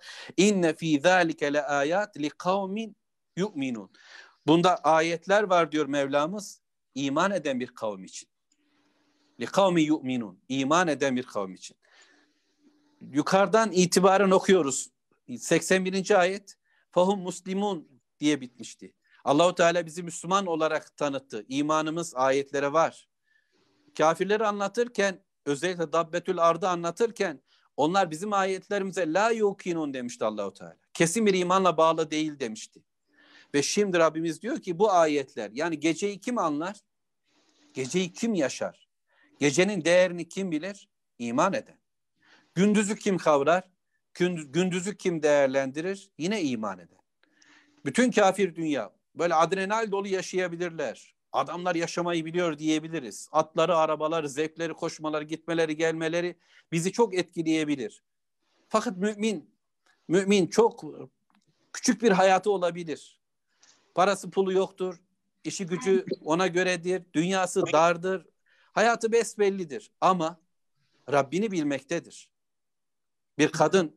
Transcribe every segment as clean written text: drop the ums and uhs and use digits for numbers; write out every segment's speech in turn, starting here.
İnne fî zâlike le âyât li kavmin yu'minun. Bunda ayetler var diyor Mevlamız, iman eden bir kavim için. Li kavmi yu'minun. İman eden bir kavim için. Yukarıdan itibaren okuyoruz. 81. ayet fahum muslimun diye bitmişti. Allahu Teala bizi Müslüman olarak tanıttı. İmanımız ayetlere var. Kafirleri anlatırken, özellikle Dabbetül Ard'ı anlatırken onlar bizim ayetlerimize la yukinun demişti Allahu Teala. Kesin bir imanla bağlı değil demişti. Ve şimdi Rabbimiz diyor ki bu ayetler, yani geceyi kim anlar? Geceyi kim yaşar? Gecenin değerini kim bilir? İman eden. Gündüzü kim kavrar? Gündüzü kim değerlendirir? Yine iman eden. Bütün kafir dünya böyle adrenal dolu yaşayabilirler. Adamlar yaşamayı biliyor diyebiliriz. Atları, arabaları, zevkleri, koşmaları, gitmeleri, gelmeleri bizi çok etkileyebilir. Fakat mümin çok küçük bir hayatı olabilir. Parası pulu yoktur. İşi gücü ona göredir. Dünyası dardır. Hayatı besbellidir. Ama Rabbini bilmektedir. Bir kadın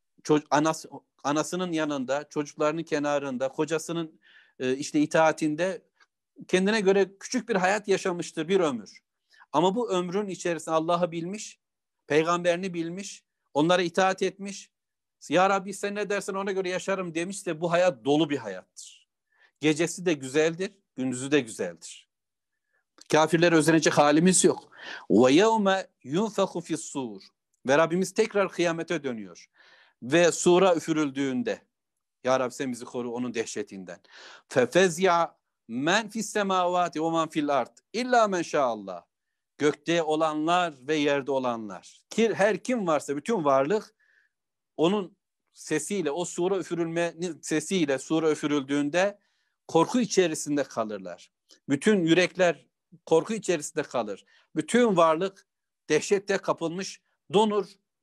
anasının yanında, çocuklarının kenarında, kocasının işte itaatinde kendine göre küçük bir hayat yaşamıştır, bir ömür. Ama bu ömrün içerisinde Allah'ı bilmiş, peygamberini bilmiş, onlara itaat etmiş. Ya Rabbi sen ne dersen ona göre yaşarım demişse bu hayat dolu bir hayattır. Gecesi de güzeldir, gündüzü de güzeldir. Kafirlere özenecek halimiz yok. Ve yevme yunfehu fis-sur. Ve Rabbimiz tekrar kıyamete dönüyor. Ve sura üfürüldüğünde, ya Rabbi sen bizi koru onun dehşetinden. Fefezya men fis semavati ve men fil ard illa men şaallah. Gökte olanlar ve yerde olanlar. Her kim varsa bütün varlık onun sesiyle, o sura üfürülmenin sesiyle sura üfürüldüğünde korku içerisinde kalırlar. Bütün yürekler korku içerisinde kalır. Bütün varlık dehşette kapılmış donur,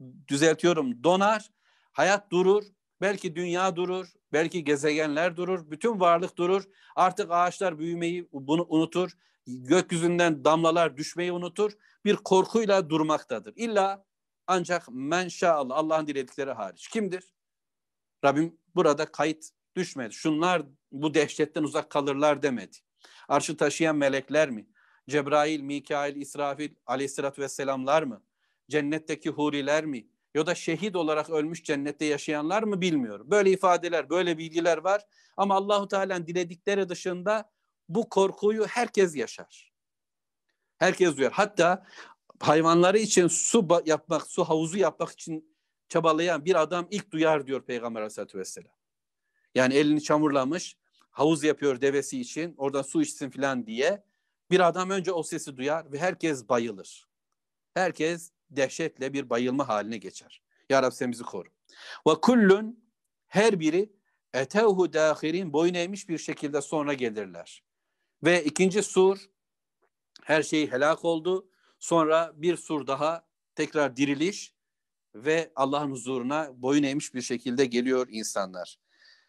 donar. Hayat durur, belki dünya durur, belki gezegenler durur, bütün varlık durur. Artık ağaçlar büyümeyi bunu unutur, gökyüzünden damlalar düşmeyi unutur. Bir korkuyla durmaktadır. İlla ancak men şa'allah, Allah'ın diledikleri hariç. Kimdir? Rabbim burada kayıt düşmedi. Şunlar bu dehşetten uzak kalırlar demedi. Arşı taşıyan melekler mi? Cebrail, Mikail, İsrafil aleyhissalatü vesselamlar mı? Cennetteki huriler mi? Ya da şehit olarak ölmüş cennette yaşayanlar mı bilmiyorum. Böyle ifadeler, böyle bilgiler var. Ama Allahu Teala'nın diledikleri dışında bu korkuyu herkes yaşar. Herkes duyar. Hatta hayvanları için su havuzu yapmak için çabalayan bir adam ilk duyar diyor Peygamber Aleyhisselatü Vesselam. Yani elini çamurlamış, havuz yapıyor devesi için, oradan su içsin falan diye. Bir adam önce o sesi duyar ve herkes bayılır. Herkes dehşetle bir bayılma haline geçer. Ya Rabbi sen bizi koru. Ve kullun, her biri etevhu dâhirin, boyun eğmiş bir şekilde sonra gelirler. Ve ikinci sur, her şey helak oldu. Sonra bir sur daha, tekrar diriliş ve Allah'ın huzuruna boyun eğmiş bir şekilde geliyor insanlar.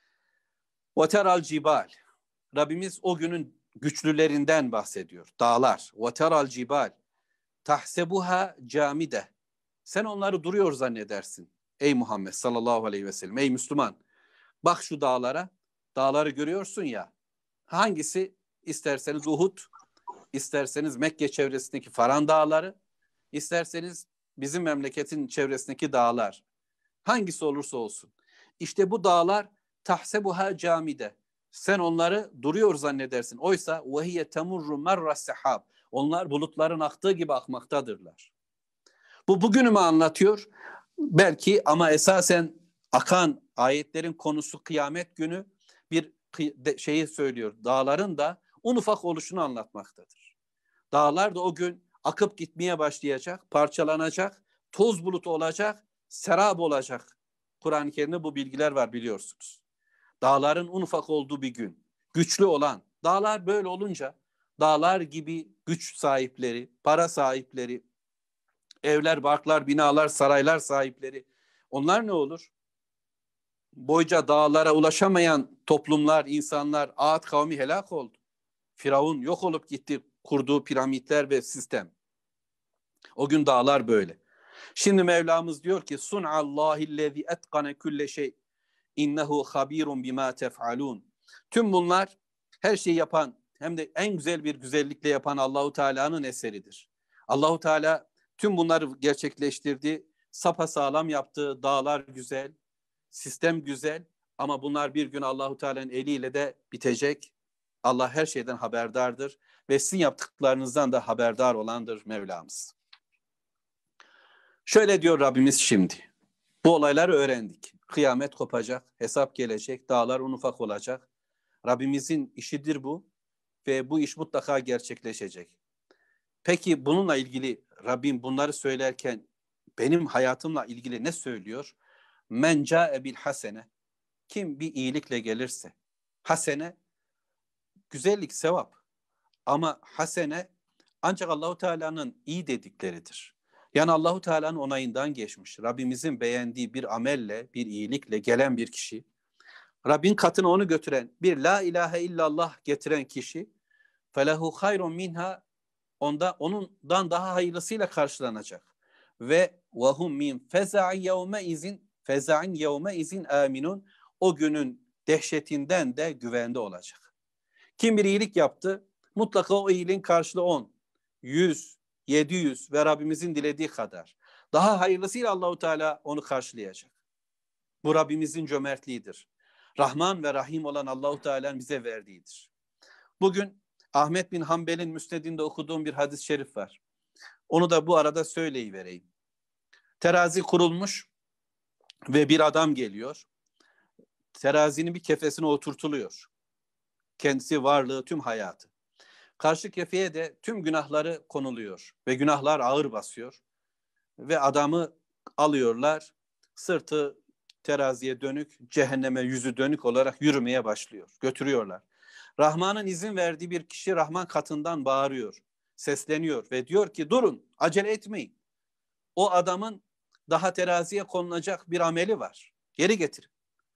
وَتَرَى الْجِبَالِ, Rabbimiz o günün güçlülerinden bahsediyor. Dağlar. وَتَرَى الْجِبَالِ tahsebuha camide. Sen onları duruyor zannedersin. Ey Muhammed sallallahu aleyhi ve sellem, ey Müslüman. Bak şu dağlara. Dağları görüyorsun ya. Hangisi? İsterseniz Uhud, isterseniz Mekke çevresindeki Faran dağları, isterseniz bizim memleketin çevresindeki dağlar. Hangisi olursa olsun. İşte bu dağlar tahsebuha camide. Sen onları duruyor zannedersin. Oysa vehiye temurru merra sehab. Onlar bulutların aktığı gibi akmaktadırlar. Bu bugünü mü anlatıyor? Belki, ama esasen akan ayetlerin konusu kıyamet günü bir şeyi söylüyor. Dağların da un ufak oluşunu anlatmaktadır. Dağlar da o gün akıp gitmeye başlayacak, parçalanacak, toz bulutu olacak, serap olacak. Kur'an-ı Kerim'de bu bilgiler var biliyorsunuz. Dağların un ufak olduğu bir gün, güçlü olan, dağlar böyle olunca, dağlar gibi güç sahipleri, para sahipleri, evler, barklar, binalar, saraylar sahipleri, onlar ne olur? Boyca dağlara ulaşamayan toplumlar, insanlar, Ağat kavmi helak oldu. Firavun yok olup gitti, kurduğu piramitler ve sistem. O gün dağlar böyle. Şimdi Mevlamız diyor ki sun'allahillezî etkane külle şey innehu habirun bima tef'alun. Tüm bunlar her şeyi yapan hem de en güzel bir güzellikle yapan Allahu Teala'nın eseridir. Allahu Teala tüm bunları gerçekleştirdi. Sapasağlam yaptı. Dağlar güzel, sistem güzel ama bunlar bir gün Allahu Teala'nın eliyle de bitecek. Allah her şeyden haberdardır ve sizin yaptıklarınızdan da haberdar olandır Mevlamız. Şöyle diyor Rabbimiz şimdi. Bu olayları öğrendik. Kıyamet kopacak, hesap gelecek, dağlar un ufak olacak. Rabbimizin işidir bu ve bu iş mutlaka gerçekleşecek. Peki bununla ilgili Rabbim bunları söylerken benim hayatımla ilgili ne söylüyor? Men ca'e bil hasene. Kim bir iyilikle gelirse. Hasene, güzellik, sevap. Ama hasene ancak Allahu Teala'nın iyi dedikleridir. Yani Allahu Teala'nın onayından geçmiş. Rabbimizin beğendiği bir amelle, bir iyilikle gelen bir kişi. Rabbin katına onu götüren, bir la ilahe illallah getiren kişi felehu hayrun minha ondan daha hayırlısıyla karşılanacak. Ve vahum min feza'in yevme izin aminun. O günün dehşetinden de güvende olacak. Kim bir iyilik yaptı, mutlaka o iyiliğin karşılığı 10, 100, 700 ve Rabbimizin dilediği kadar. Daha hayırlısıyla Allahu Teala onu karşılayacak. Bu Rabbimizin cömertliğidir. Rahman ve Rahim olan Allahu Teala'nın bize verdiğidir. Bugün Ahmet bin Hanbel'in müsnedinde okuduğum bir hadis-i şerif var. Onu da bu arada söyleyivereyim. Terazi kurulmuş ve bir adam geliyor. Terazinin bir kefesine oturtuluyor. Kendisi, varlığı, tüm hayatı. Karşı kefeye de tüm günahları konuluyor ve günahlar ağır basıyor. Ve adamı alıyorlar, sırtı teraziye dönük, cehenneme yüzü dönük olarak yürümeye başlıyor. Götürüyorlar. Rahman'ın izin verdiği bir kişi Rahman katından bağırıyor, sesleniyor ve diyor ki durun, acele etmeyin. O adamın daha teraziye konulacak bir ameli var. Geri getirin.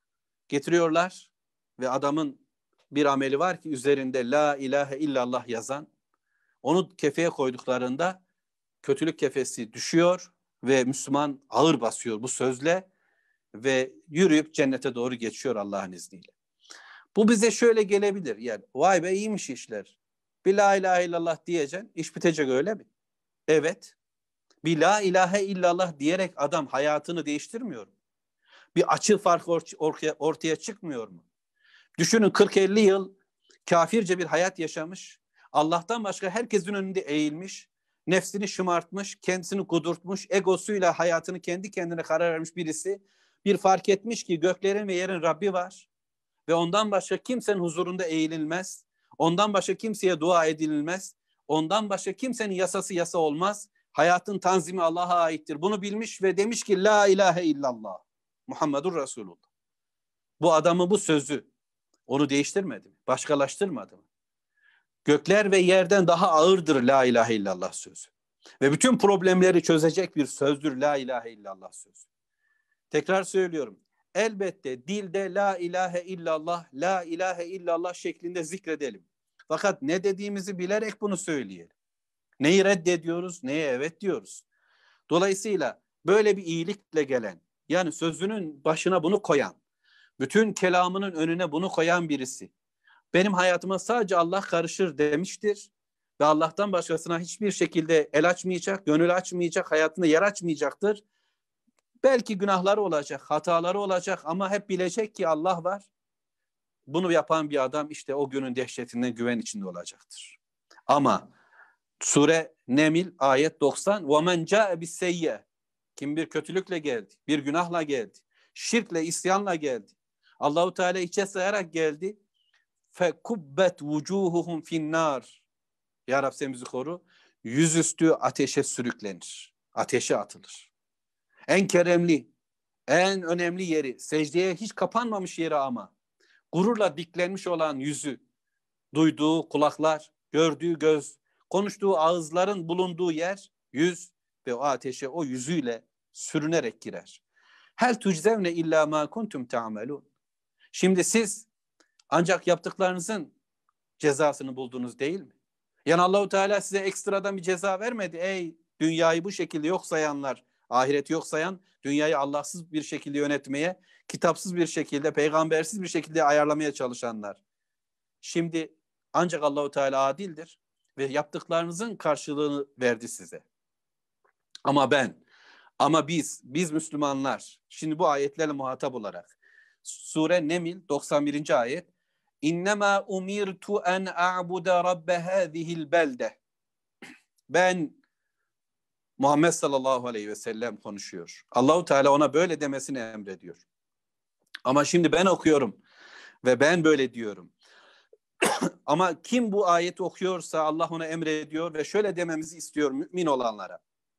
Getiriyorlar ve adamın bir ameli var ki üzerinde la ilahe illallah yazan. Onu kefeye koyduklarında kötülük kefesi düşüyor ve Müslüman ağır basıyor bu sözle ve yürüyüp cennete doğru geçiyor Allah'ın izniyle. Bu bize şöyle gelebilir. Yani vay be iyiymiş işler. Bir la ilahe illallah diyeceksin, iş bitecek öyle mi? Evet. Bir la ilahe illallah diyerek adam hayatını değiştirmiyor mu? Bir açı fark ortaya çıkmıyor mu? Düşünün 40-50 yıl kafirce bir hayat yaşamış. Allah'tan başka herkesin önünde eğilmiş. Nefsini şımartmış, kendisini kudurtmuş, egosuyla hayatını kendi kendine karar vermiş birisi. Bir fark etmiş ki göklerin ve yerin Rabbi var. Ve ondan başka kimsenin huzurunda eğililmez. Ondan başka kimseye dua edilmez. Ondan başka kimsenin yasası yasa olmaz. Hayatın tanzimi Allah'a aittir. Bunu bilmiş ve demiş ki la ilahe illallah. Muhammedur Resulullah. Bu adamın bu sözü onu değiştirmedi mi? Başkalaştırmadı mı? Gökler ve yerden daha ağırdır la ilahe illallah sözü. Ve bütün problemleri çözecek bir sözdür la ilahe illallah sözü. Tekrar söylüyorum. Elbette dilde la ilahe illallah, la ilahe illallah şeklinde zikredelim. Fakat ne dediğimizi bilerek bunu söyleyelim. Neyi reddediyoruz, neye evet diyoruz. Dolayısıyla böyle bir iyilikle gelen, yani sözünün başına bunu koyan, bütün kelamının önüne bunu koyan birisi, benim hayatıma sadece Allah karışır demiştir ve Allah'tan başkasına hiçbir şekilde el açmayacak, gönül açmayacak, hayatında yer açmayacaktır. Belki günahları olacak, hataları olacak ama hep bilecek ki Allah var. Bunu yapan bir adam işte o günün dehşetinden güven içinde olacaktır. Ama Sure Neml ayet 90 وَمَنْ جَاءَ بِالسَّيِّئَةِ Kim bir kötülükle geldi, bir günahla geldi, şirkle, isyanla geldi. Allahu Teala içe sayarak geldi. فَكُبَّتْ وُجُوهُهُمْ فِي النَّارِ Ya Rab sen bizi koru. Yüzüstü ateşe sürüklenir. Ateşe atılır. En keremli, en önemli yeri, secdeye hiç kapanmamış yeri ama gururla diklenmiş olan yüzü, duyduğu kulaklar, gördüğü göz, konuştuğu ağızların bulunduğu yer, yüz ve o ateşe o yüzüyle sürünerek girer. Hel tuczevne illa ma kuntum ta'melun. Şimdi siz ancak yaptıklarınızın cezasını buldunuz değil mi? Yani Allahu Teala size ekstradan bir ceza vermedi. Ey dünyayı bu şekilde yok sayanlar, Ahireti yok sayan, dünyayı Allahsız bir şekilde yönetmeye, kitapsız bir şekilde, peygambersiz bir şekilde ayarlamaya çalışanlar. Şimdi ancak Allahu Teala adildir ve yaptıklarınızın karşılığını verdi size. Ama biz Müslümanlar, şimdi bu ayetlerle muhatap olarak, Sure Neml 91. ayet, İnnemâ umirtu en a'bude rabbe hâzihil belde. Ben, Muhammed sallallahu aleyhi ve sellem konuşuyor. Allahu Teala ona böyle demesini emrediyor. Ama şimdi ben okuyorum ve ben böyle diyorum. Ama kim bu ayeti okuyorsa Allah ona emrediyor ve şöyle dememizi istiyor mümin olanlara.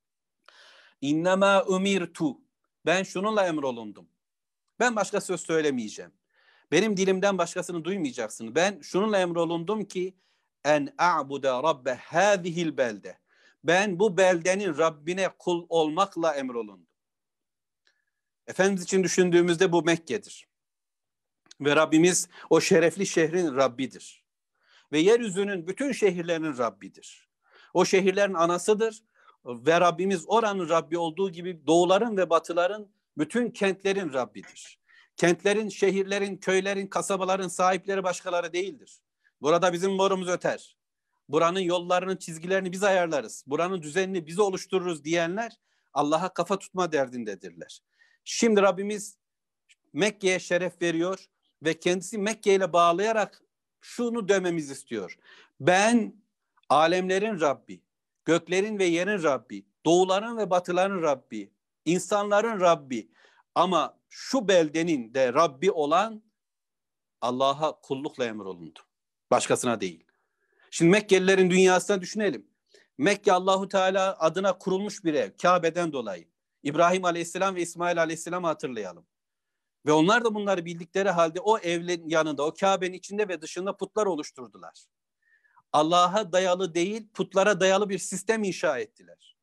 İnnemâ umirtu. Ben şununla emrolundum. Ben başka söz söylemeyeceğim. Benim dilimden başkasını duymayacaksın. Ben şununla emrolundum ki en a'bude rabbe hâzihil belde. Ben bu beldenin Rabbine kul olmakla emrolundum. Efendimiz için düşündüğümüzde bu Mekke'dir. Ve Rabbimiz o şerefli şehrin Rabbidir. Ve yeryüzünün bütün şehirlerinin Rabbidir. O şehirlerin anasıdır. Ve Rabbimiz oranın Rabbi olduğu gibi doğuların ve batıların bütün kentlerin Rabbidir. Kentlerin, şehirlerin, köylerin, kasabaların sahipleri başkaları değildir. Burada bizim borumuz öter. Buranın yollarının çizgilerini biz ayarlarız. Buranın düzenini biz oluştururuz diyenler Allah'a kafa tutma derdindedirler. Şimdi Rabbimiz Mekke'ye şeref veriyor ve kendisi Mekke ile bağlayarak şunu dememizi istiyor. Ben alemlerin Rabbi, göklerin ve yerin Rabbi, doğuların ve batıların Rabbi, insanların Rabbi ama şu beldenin de Rabbi olan Allah'a kullukla emrolundu. Başkasına değil. Şimdi Mekkelilerin dünyasına düşünelim. Mekke Allahu Teala adına kurulmuş bir ev, Kabe'den dolayı. İbrahim Aleyhisselam ve İsmail Aleyhisselam'ı hatırlayalım. Ve onlar da bunları bildikleri halde o evin yanında, o Kabe'nin içinde ve dışında putlar oluşturdular. Allah'a dayalı değil, putlara dayalı bir sistem inşa ettiler.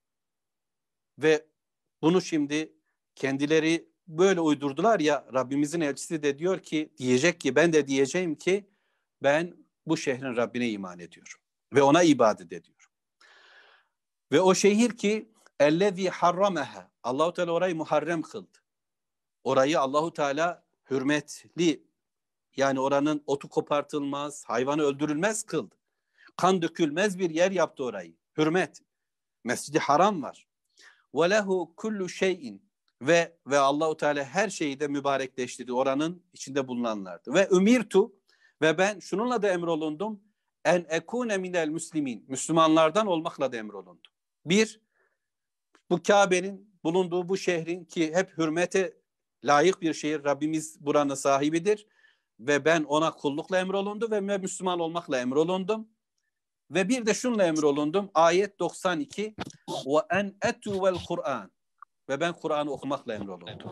Ve bunu şimdi kendileri böyle uydurdular ya, Rabbimizin elçisi de diyor ki, diyecek ki, ben de diyeceğim ki ben bu şehrin Rabbine iman ediyorum. Ve ona ibadet ediyorum. Ve o şehir ki ellezî harrameha, Allahu Teala orayı muharrem kıldı. Orayı Allahu Teala hürmetli, yani oranın otu kopartılmaz, hayvanı öldürülmez kıldı. Kan dökülmez bir yer yaptı orayı. Hürmet. Mescid-i Haram var. Ve lehu kullu şeyin, ve Allahu Teala her şeyi de mübarekleştirdi oranın içinde bulunanlardı. Ve ümirtu, ve ben şununla da emrolundum, en ekune minel müslimin, Müslümanlardan olmakla da emrolundum. Bir, bu Kabe'nin bulunduğu bu şehrin ki hep hürmete layık bir şehir, Rabbimiz buranın sahibidir ve ben ona kullukla emrolundu ve Müslüman olmakla emrolundum. Ve bir de şunla emrolundum. Ayet 92. Ve en etu vel Kur'an. Ve ben Kur'an'ı okumakla emrolundum.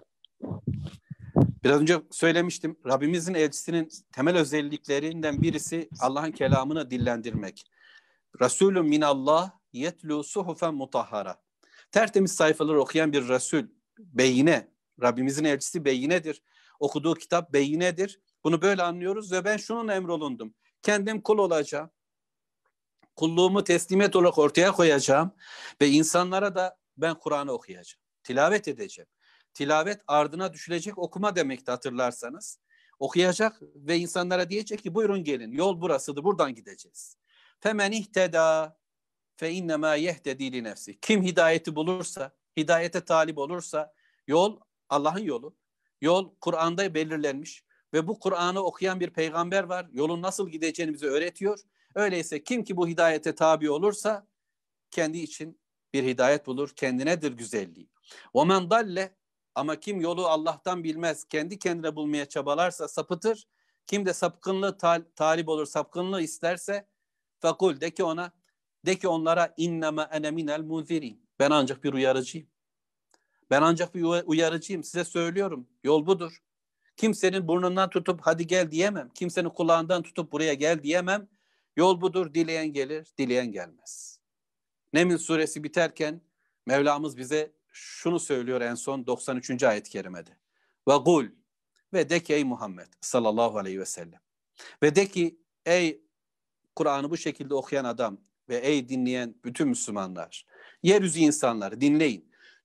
Biraz önce söylemiştim. Rabbimizin elçisinin temel özelliklerinden birisi Allah'ın kelamını dillendirmek. Resulün minallah yetlu suhufen mutahhara. Tertemiz sayfaları okuyan bir Resul. Beyine. Rabbimizin elçisi beyinedir. Okuduğu kitap beyinedir. Bunu böyle anlıyoruz ve ben şunun emrolundum. Kendim kul olacağım. Kulluğumu teslimiyet olarak ortaya koyacağım ve insanlara da ben Kur'an'ı okuyacağım. Tilavet edeceğim. Tilavet ardına düşülecek okuma demekti, hatırlarsanız. Okuyacak ve insanlara diyecek ki buyurun gelin, yol burasıdır, buradan gideceğiz. Femen ihteda fe innemâ yehtedî li nefsi. Kim hidayeti bulursa, hidayete talip olursa, yol Allah'ın yolu. Yol Kur'an'da belirlenmiş ve bu Kur'an'ı okuyan bir peygamber var. Yolun nasıl gideceğini bize öğretiyor. Öyleyse kim ki bu hidayete tabi olursa kendi için bir hidayet bulur, kendinedir güzelliği. وَمَنْ dalle, ama kim yolu Allah'tan bilmez, kendi kendine bulmaya çabalarsa sapıtır. Kim de sapkınlığı talip olur, sapkınlığı isterse فَقُلْ, de ki onlara اِنَّمَا اَنَ مِنَ الْمُنْذِرِينَ. Ben ancak bir uyarıcıyım. Ben ancak bir uyarıcıyım. Size söylüyorum. Yol budur. Kimsenin burnundan tutup hadi gel diyemem. Kimsenin kulağından tutup buraya gel diyemem. Yol budur. Dileyen gelir, dileyen gelmez. Neml suresi biterken Mevlamız bize şunu söylüyor en son 93. ayet-i kerimede. Ve kul, ve de ki ey Muhammed sallallahu aleyhi ve sellem. Ve de ki ey Kur'an'ı bu şekilde okuyan adam ve ey dinleyen bütün Müslümanlar, yeryüzü insanları dinleyin.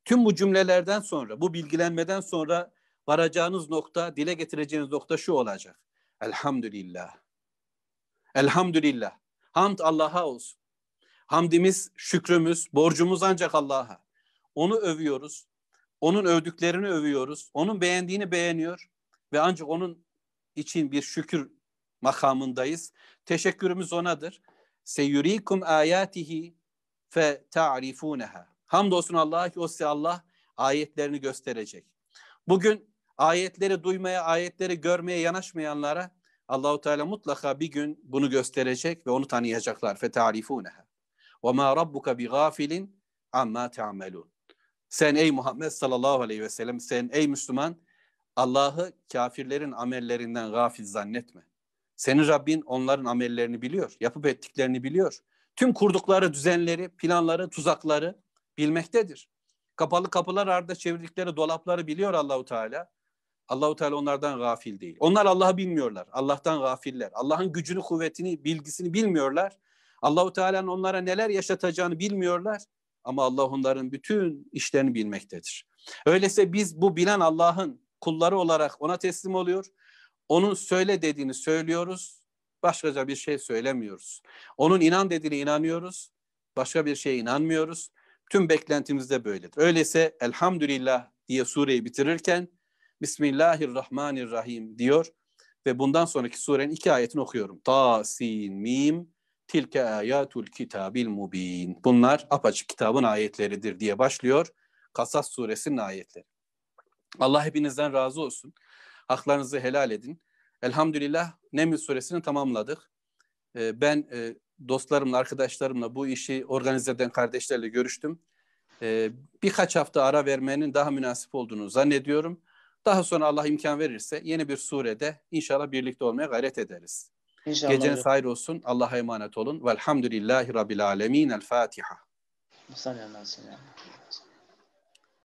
Tüm bu cümlelerden sonra, bu bilgilenmeden sonra varacağınız nokta, dile getireceğiniz nokta şu olacak. Elhamdülillah. Elhamdülillah. Hamd Allah'a olsun. Hamdimiz, şükrümüz, borcumuz ancak Allah'a. Onu övüyoruz. Onun övdüklerini övüyoruz. Onun beğendiğini beğeniyor. Ve ancak onun için bir şükür makamındayız. Teşekkürümüz onadır. Seyurikum ayatihi fe ta'rifuneha. Hamdolsun Allah'a ki o size Allah ayetlerini gösterecek. Bugün ayetleri duymaya, ayetleri görmeye yanaşmayanlara Allahu Teala mutlaka bir gün bunu gösterecek ve onu tanıyacaklar. Fe ta'rifuneha. Ve ma rabbuka bi gafilin amma ta'melun. Sen ey Muhammed sallallahu aleyhi ve sellem, sen ey Müslüman, Allah'ı kafirlerin amellerinden gafil zannetme. Senin Rabbin onların amellerini biliyor, yapıp ettiklerini biliyor. Tüm kurdukları düzenleri, planları, tuzakları bilmektedir. Kapalı kapılar ardında çevirdikleri dolapları biliyor Allahu Teala. Allahu Teala onlardan gafil değil. Onlar Allah'ı bilmiyorlar. Allah'tan gafiller. Allah'ın gücünü, kuvvetini, bilgisini bilmiyorlar. Allahu Teala'nın onlara neler yaşatacağını bilmiyorlar. Ama Allah onların bütün işlerini bilmektedir. Öyleyse biz bu bilen Allah'ın kulları olarak ona teslim oluyor. Onun söyle dediğini söylüyoruz. Başkaca bir şey söylemiyoruz. Onun inan dediğine inanıyoruz. Başka bir şeye inanmıyoruz. Tüm beklentimiz de böyledir. Öyleyse elhamdülillah diye sureyi bitirirken Bismillahirrahmanirrahim diyor ve bundan sonraki surenin 2 ayetini okuyorum. Ta, sin, mim, tilke ayatul kitabil mubin. Bunlar apaçık kitabın ayetleridir diye başlıyor Kasas suresinin ayetleri. Allah hepinizden razı olsun. Haklarınızı helal edin. Elhamdülillah Neml suresini tamamladık. Ben dostlarımla, arkadaşlarımla bu işi organize eden kardeşlerle görüştüm. Birkaç hafta ara vermenin daha münasip olduğunu zannediyorum. Daha sonra Allah imkan verirse yeni bir surede inşallah birlikte olmaya gayret ederiz. İnşallah. Geceniz hayır olsun. Allah'a emanet olun. Velhamdülillahi Rabbil alemin. El Fatiha.